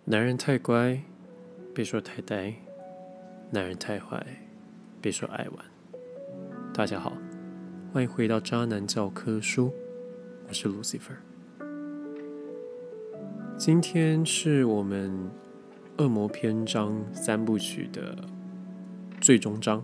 男人太乖，别说太呆；男人太坏，别说爱玩。大家好，欢迎回到渣男教科书，我是 Lucifer。今天是我们恶魔篇章三部曲的最终章。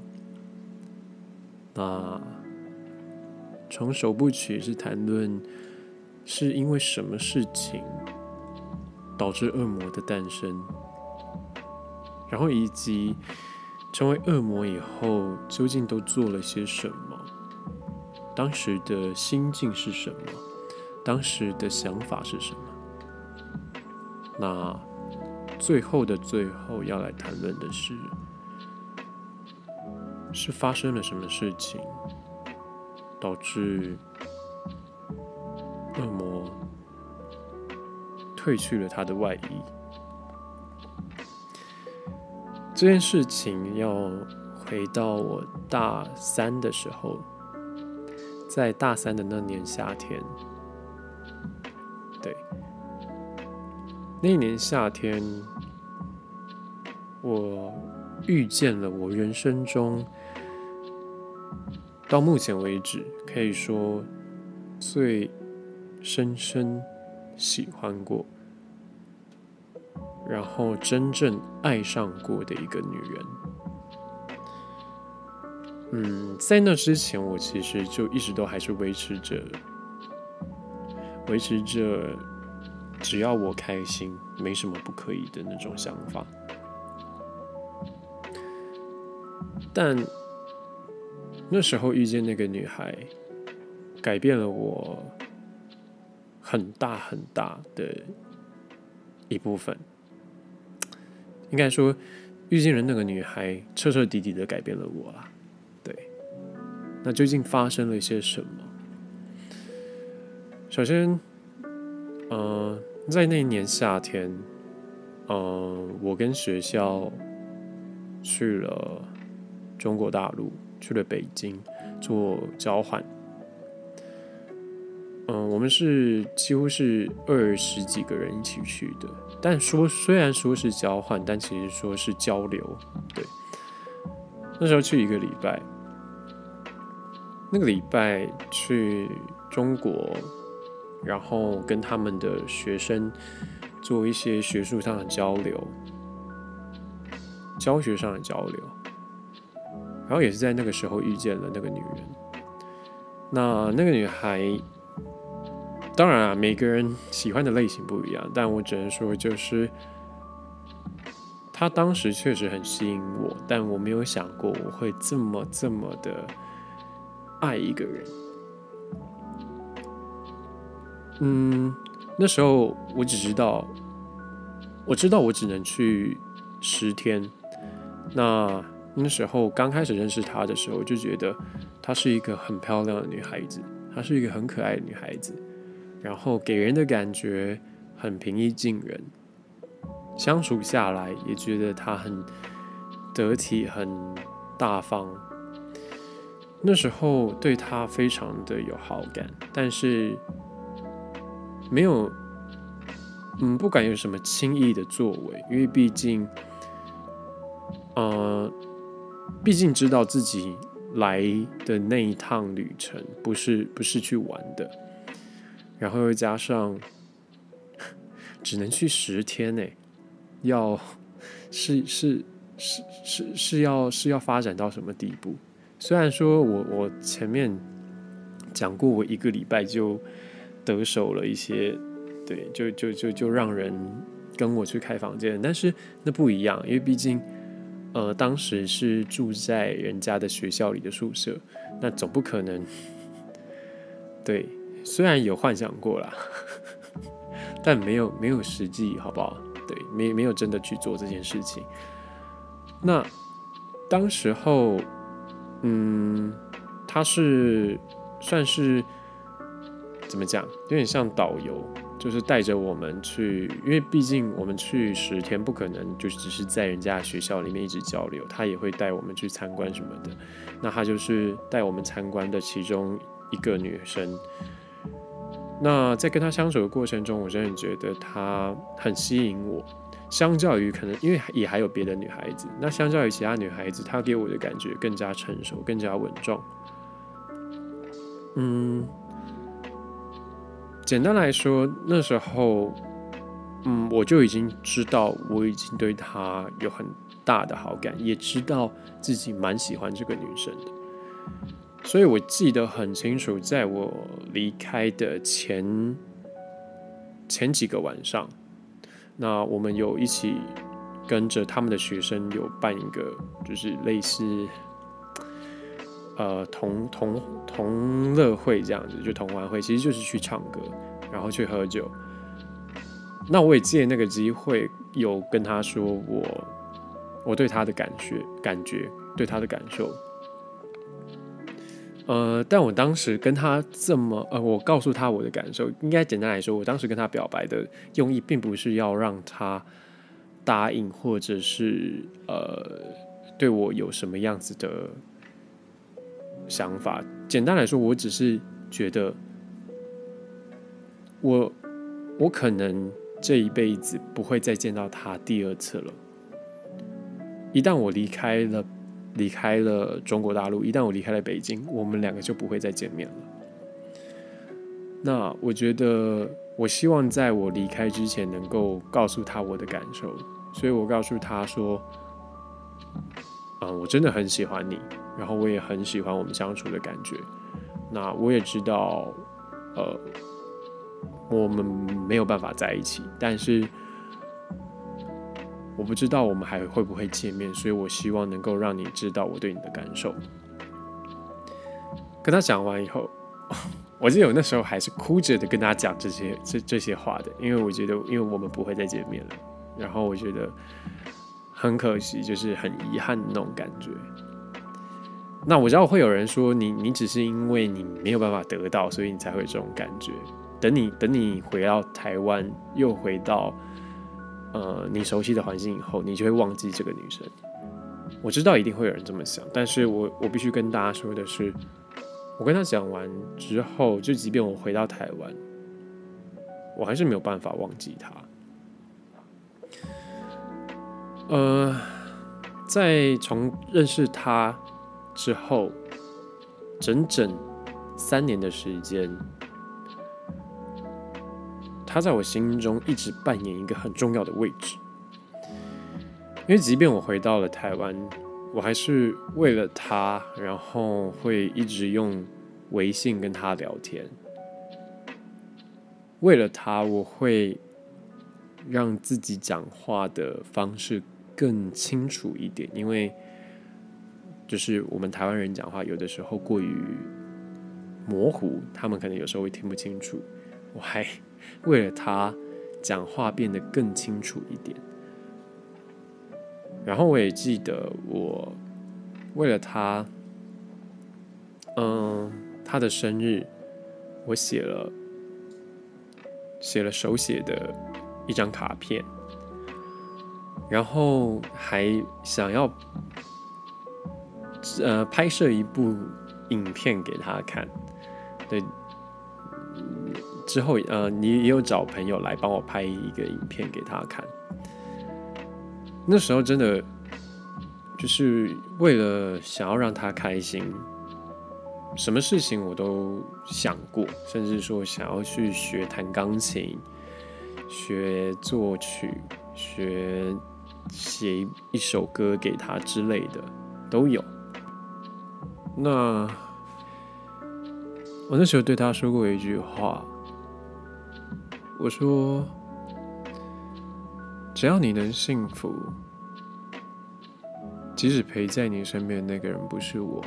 那从首部曲是谈论是因为什么事情导致恶魔的诞生，然后以及成为恶魔以后究竟都做了些什么，当时的心境是什么，当时的想法是什么。那最后的最后要来谈论的是发生了什么事情导致恶魔褪去了他的外衣。这件事情要回到我大三的时候，在大三的那年夏天，对，那一年夏天，我遇见了我人生中到目前为止可以说最深深喜欢过，然后真正爱上过的一个女人。在那之前，我其实就一直都还是维持着只要我开心，没什么不可以的那种想法。但那时候遇见那个女孩，改变了我很大很大的一部分。应该说，遇见了那个女孩，彻彻底底的改变了我啦。对，那究竟发生了些什么？首先，在那一年夏天，我跟学校去了中国大陆，去了北京做交换。我们是几乎是20几个人一起去的，但虽然说是交换，但其实说是交流。对，那时候去1个礼拜，那个礼拜去中国，然后跟他们的学生做一些学术上的交流、教学上的交流，然后也是在那个时候遇见了那个女人。那个女孩，当然啊，每个人喜欢的类型不一样，但我只能说，就是她当时确实很吸引我，但我没有想过我会这么的爱一个人。那时候我知道我只能去10天。那时候刚开始认识她的时候，就觉得她是一个很漂亮的女孩子，她是一个很可爱的女孩子，然后给人的感觉很平易近人，相处下来也觉得她很得体、很大方。那时候对她非常的有好感，但是没有，不敢有什么轻易的作为，因为毕竟知道自己来的那一趟旅程不是去玩的，然后又加上只能去10天呢，是要发展到什么地步？虽然说我前面讲过，我1个礼拜就得手了一些，对，就让人跟我去开房间，但是那不一样，因为毕竟当时是住在人家的学校里的宿舍，那总不可能，对，虽然有幻想过啦，但没有实际，好不好？对，没有真的去做这件事情。那当时候，他是算是怎么讲，有点像导游，就是带着我们去，因为毕竟我们去10天，不可能就只是在人家的学校里面一直交流，他也会带我们去参观什么的。那他就是带我们参观的其中一个女生。那在跟她相处的过程中，我真的觉得她很吸引我， 相较于可能因为也还有别的女孩子，那相较于其他女孩子，她给我的感觉更加成熟，更加稳重。简单来说，那时候，我就已经知道我已经对她有很大的好感，也知道自己蛮喜欢这个女生的。所以我记得很清楚，在我离开的前几个晚上，那我们有一起跟着他们的学生有办一个，就是类似同乐会这样子，就同欢会，其实就是去唱歌，然后去喝酒。那我也借那个机会，有跟他说我对他的感觉，对他的感受。但我当时跟他我告诉他我的感受，应该简单来说，我当时跟他表白的用意，并不是要让他答应，或者是对我有什么样子的想法。简单来说，我只是觉得我可能这一辈子不会再见到他第二次了。一旦我离开了中国大陆，一旦我离开了北京，我们两个就不会再见面了。那我觉得，我希望在我离开之前能够告诉他我的感受，所以我告诉他说，我真的很喜欢你，然后我也很喜欢我们相处的感觉。那我也知道，我们没有办法在一起，但是我不知道我们还会不会见面，所以我希望能够让你知道我对你的感受。跟他讲完以后，我记得我那时候还是哭着的跟他讲这些话的，因为我觉得，因为我们不会再见面了，然后我觉得很可惜，就是很遗憾的那种感觉。那我知道会有人说你只是因为你没有办法得到，所以你才会有这种感觉。等你回到台湾，又回到你熟悉的环境以后，你就会忘记这个女生。我知道一定会有人这么想，但是我必须跟大家说的是，我跟他讲完之后，就即便我回到台湾，我还是没有办法忘记他。在从认识他之后，整整3年的时间，他在我心中一直扮演一个很重要的位置。因为即便我回到了台湾，我还是为了他，然后会一直用微信跟他聊天。为了他，我会让自己讲话的方式更清楚一点，因为就是我们台湾人讲话有的时候过于模糊，他们可能有时候会听不清楚。我还为了他讲话变得更清楚一点。然后我也记得我为了他，他的生日，我写了手写的一张卡片，然后还想要拍摄一部影片给他看。对，之后你也有找朋友来帮我拍一个影片给他看。那时候真的就是为了想要让他开心，什么事情我都想过，甚至说想要去学弹钢琴、学作曲、学写一首歌给他之类的都有。那我那时候对他说过一句话，我说只要你能幸福，即使陪在你身边的那个人不是我，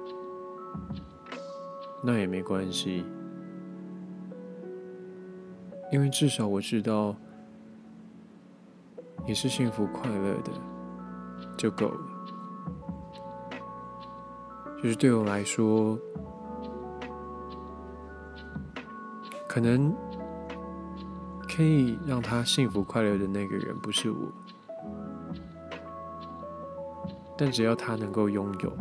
那也没关系，因为至少我知道你是幸福快乐的就够了。就是对我来说，可能可以让他幸福快乐的那个人不是我，但只要他能够拥有，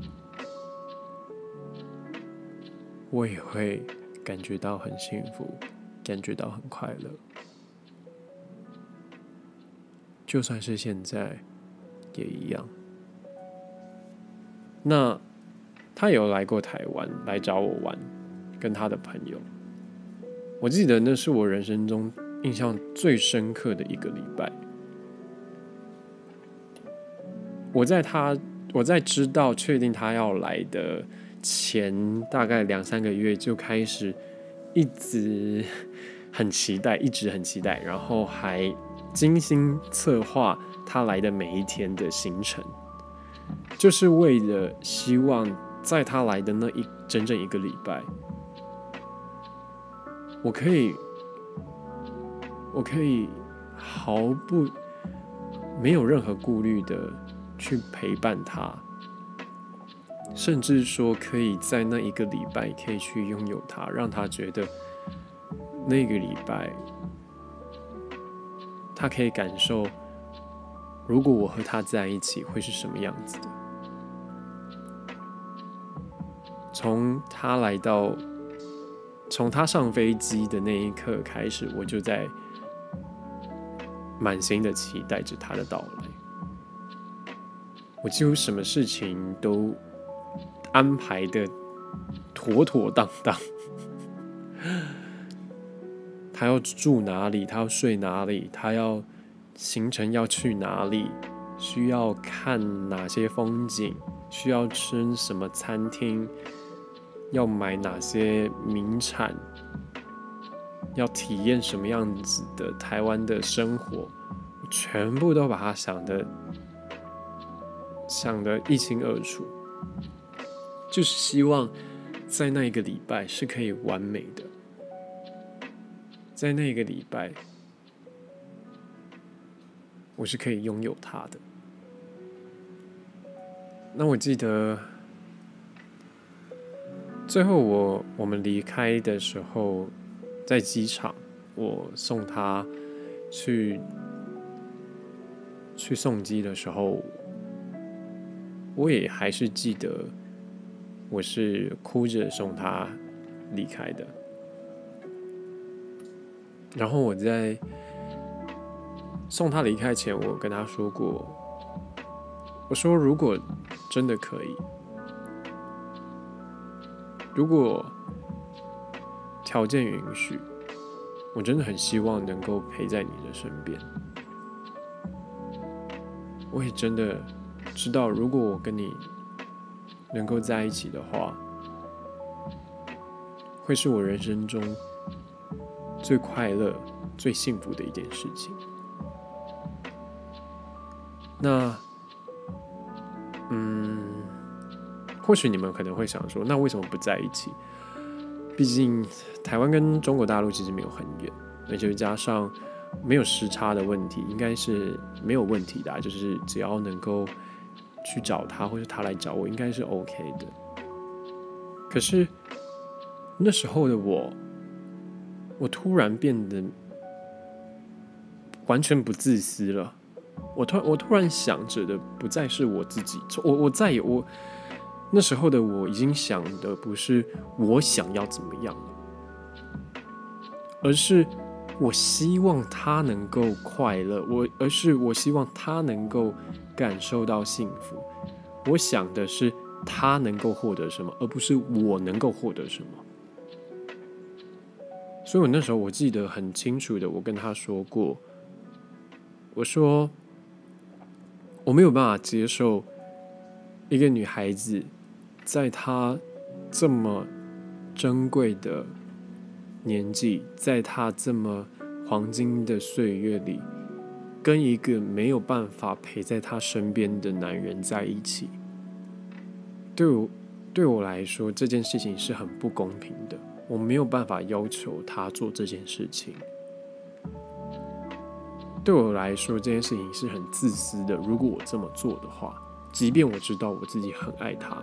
我也会感觉到很幸福，感觉到很快乐。 就算是现在也一样。那他有来过台湾来找我玩，跟他的朋友。我记得那是我人生中印象最深刻的一个礼拜。我在知道确定他要来的前大概2-3个月就开始一直很期待，然后还精心策划他来的每一天的行程，就是为了希望在他来的那整整一个礼拜，我可以没有任何顾虑的去陪伴他，甚至说可以在那一个礼拜可以去拥有他，让他觉得那个礼拜他可以感受，如果我和他在一起会是什么样子的。从他上飞机的那一刻开始，我就在满心的期待着他的到来。我几乎什么事情都安排的妥妥当当。他要住哪里，他要睡哪里，他要行程要去哪里，需要看哪些风景，需要吃什么餐厅，要买哪些名产，要体验什么样子的台湾的生活，我全部都把它想得一清二楚，就是希望在那一个礼拜是可以完美的，在那个礼拜我是可以拥有它的。那我记得最后我们离开的时候，在机场，我送他去送机的时候，我也还是记得我是哭着送他离开的。然后我在送他离开前，我跟他说过，我说如果真的可以，如果条件允许，我真的很希望能够陪在你的身边。我也真的知道，如果我跟你能够在一起的话，会是我人生中最快乐、最幸福的一件事情。那，或许你们可能会想说，那为什么不在一起？毕竟台湾跟中国大陆其实没有很远，而且加上没有时差的问题，应该是没有问题的啊，就是只要能够去找他，或者他来找我，应该是 OK 的。可是那时候的我突然变得完全不自私了。我突然想着的不再是我自己，那时候的我已经想的不是我想要怎么样了，而是我希望他能够快乐，而是我希望他能够感受到幸福。我想的是他能够获得什么，而不是我能够获得什么。所以我那时候我记得很清楚的，我跟他说过，我说我没有办法接受一个女孩子在她这么珍贵的年纪，在她这么黄金的岁月里，跟一个没有办法陪在她身边的男人在一起。对我来说，这件事情是很不公平的。我没有办法要求他做这件事情。对我来说，这件事情是很自私的。如果我这么做的话，即便我知道我自己很爱他，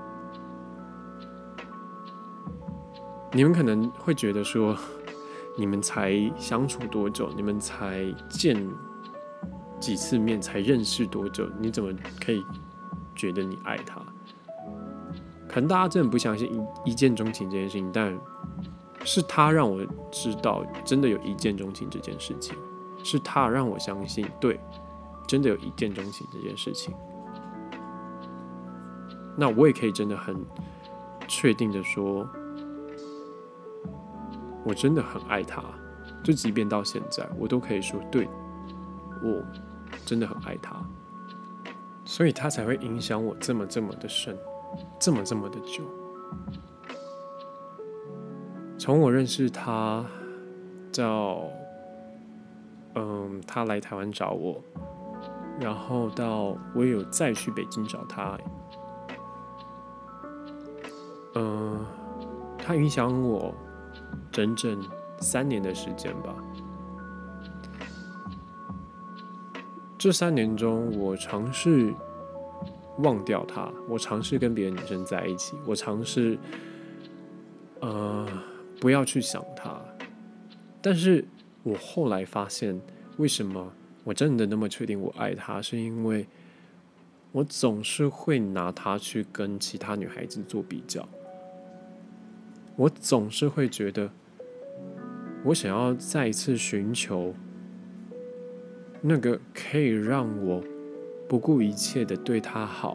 你们可能会觉得说，你们才相处多久，你们才见几次面，才认识多久，你怎么可以觉得你爱他？可能大家真的不相信一见钟情这件事情，但是他让我知道真的有一见钟情这件事情，是他让我相信，对， 真的有一见钟情这件事情，那我也可以真的很确定的说，我真的很爱他，就即便到现在，我都可以说，对，我真的很爱他，所以他才会影响我这么的深，这么的久。从我认识他到他来台湾找我，然后到我也有再去北京找他，他影响我整整3年的时间吧。这3年中，我尝试忘掉他，我尝试跟别的女生在一起，我尝试不要去想他。但是我后来发现，为什么我真的那么确定我爱他，是因为我总是会拿他去跟其他女孩子做比较，我总是会觉得，我想要再一次寻求那个可以让我不顾一切的对他好，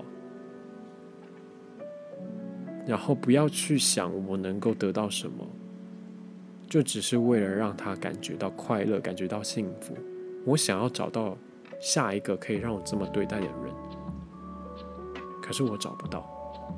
然后不要去想我能够得到什么，就只是为了让他感觉到快乐，感觉到幸福。我想要找到下一个可以让我这么对待的人，可是我找不到。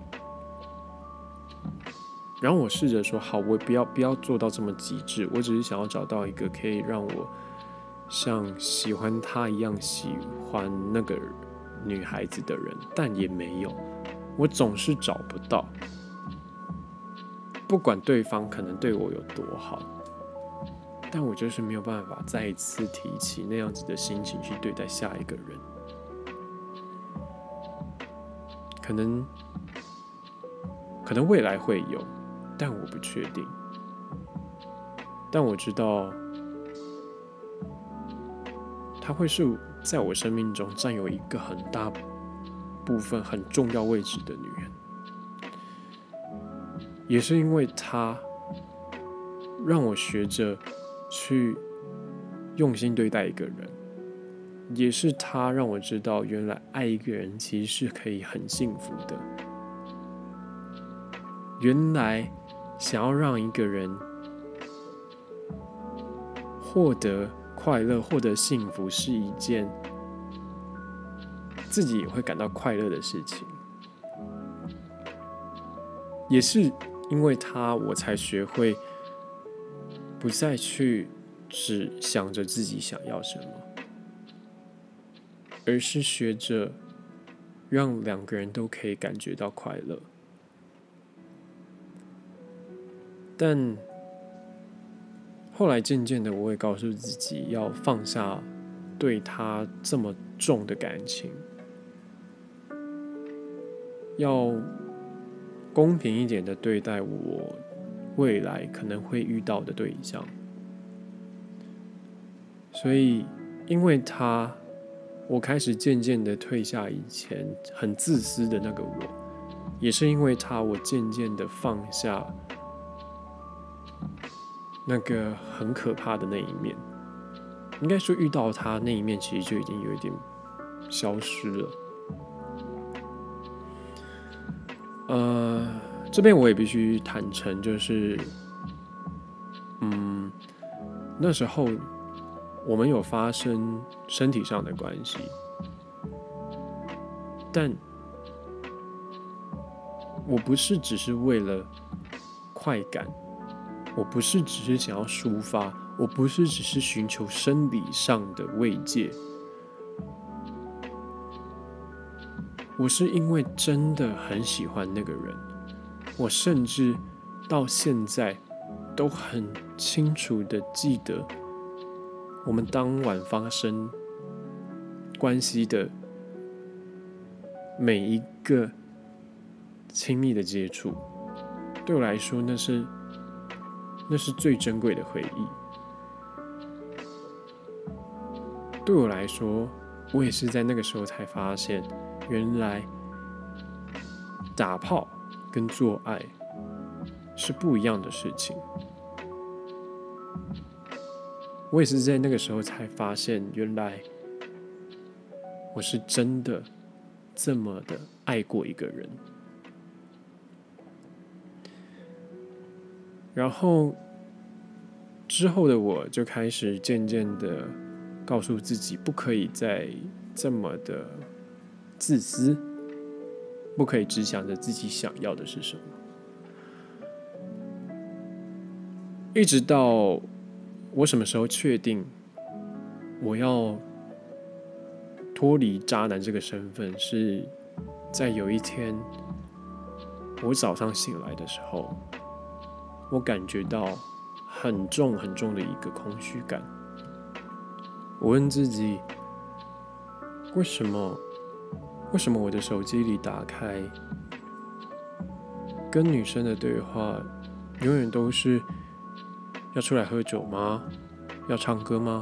然后我试着说，好，我不要做到这么极致，我只是想要找到一个可以让我像喜欢他一样喜欢那个女孩子的人，但也没有，我总是找不到。不管对方可能对我有多好，但我就是没有办法再一次提起那样子的心情去对待下一个人。可能未来会有，但我不确定。但我知道，她会是在我生命中占有一个很大部分、很重要位置的女人。也是因为她，让我学着去用心对待一个人。也是她让我知道，原来爱一个人其实是可以很幸福的。原来想要让一个人获得快乐、获得幸福，是一件自己也会感到快乐的事情。也是因为他，我才学会不再去只想着自己想要什么，而是学着让2个人都可以感觉到快乐。但后来渐渐的，我也告诉自己要放下对他这么重的感情，要公平一点的对待我未来可能会遇到的对象。所以因为他，我开始渐渐的退下以前很自私的那个我，也是因为他，我渐渐的放下那个很可怕的那一面。应该说遇到他那一面其实就已经有一点消失了。这边我也必须坦诚，就是那时候我们有发生身体上的关系，但我不是只是为了快感，我不是只是想要抒发，我不是只是寻求生理上的慰藉，我是因为真的很喜欢那个人。我甚至到现在都很清楚的记得我们当晚发生关系的每一个亲密的接触，对我来说那是最珍贵的回忆。对我来说，我也是在那个时候才发现，原来打炮跟做爱是不一样的事情。我也是在那个时候才发现，原来我是真的这么的爱过一个人。然后之后的我就开始渐渐的告诉自己，不可以再这么的自私，不可以只想着自己想要的是什么。一直到我什么时候确定我要脱离渣男这个身份，是在有一天我早上醒来的时候，我感觉到很重很重的一个空虚感。我问自己，为什么我的手机里打开跟女生的对话，永远都是要出来喝酒吗？要唱歌吗？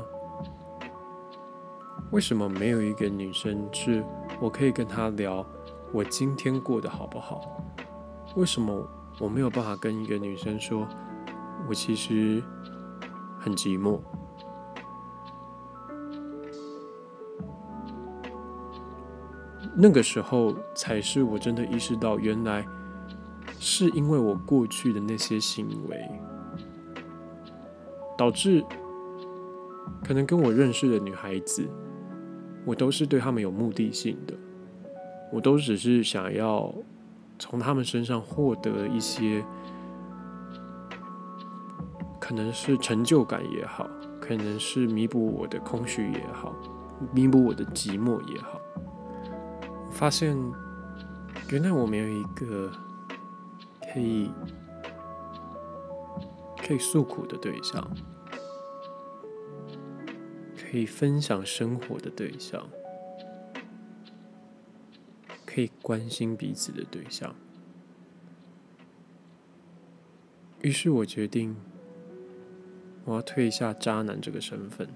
为什么没有一个女生是我可以跟她聊我今天过得好不好？为什么我没有办法跟一个女生说，我其实很寂寞？那个时候才是我真的意识到，原来是因为我过去的那些行为，导致可能跟我认识的女孩子，我都是对她们有目的性的，我都只是想要从她们身上获得一些，可能是成就感也好，可能是弥补我的空虚也好，弥补我的寂寞也好。我发现，原来我没有一个可以诉苦的对象，可以分享生活的对象，可以关心彼此的对象。于是我决定，我要退下渣男这个身份。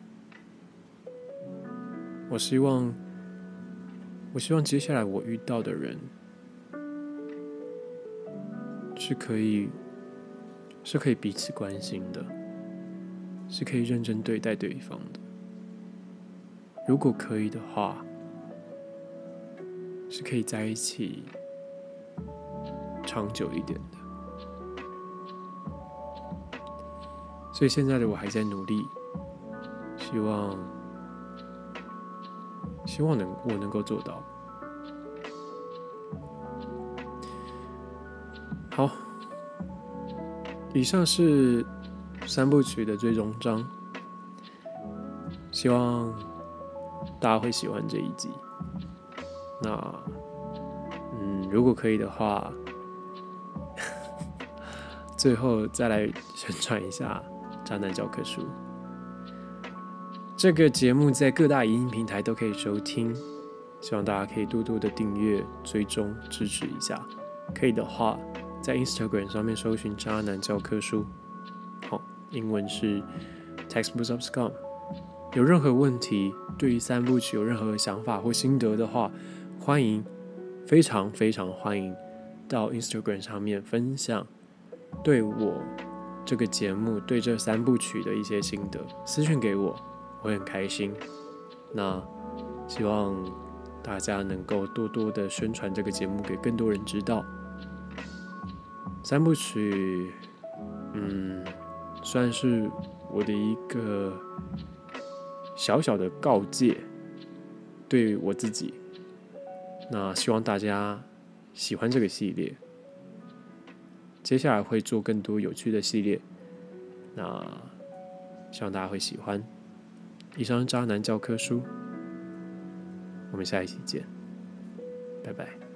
我希望接下来我遇到的人是可以彼此关心的，是可以认真对待对方的。如果可以的话，是可以在一起长久一点的。所以现在的我还在努力，希望我能够做到。好，以上是三部曲的最终章，希望大家会喜欢这一集。那如果可以的话，最后再来宣传一下渣男教科书。这个节目在各大影音平台都可以收听，希望大家可以多多的订阅、追踪、支持一下。可以的话，在 Instagram 上面搜寻渣男教科书，英文是 Textbooks of Scum。有任何问题，对于三部曲有任何想法或心得的话，欢迎，非常非常欢迎到 Instagram 上面分享对我这个节目、对这三部曲的一些心得，私讯给我，我会很开心。那希望大家能够多多的宣传这个节目给更多人知道。三部曲，算是我的一个小小的告诫，对我自己。那希望大家喜欢这个系列，接下来会做更多有趣的系列，那希望大家会喜欢。以上是渣男教科书，我们下一期见，拜拜。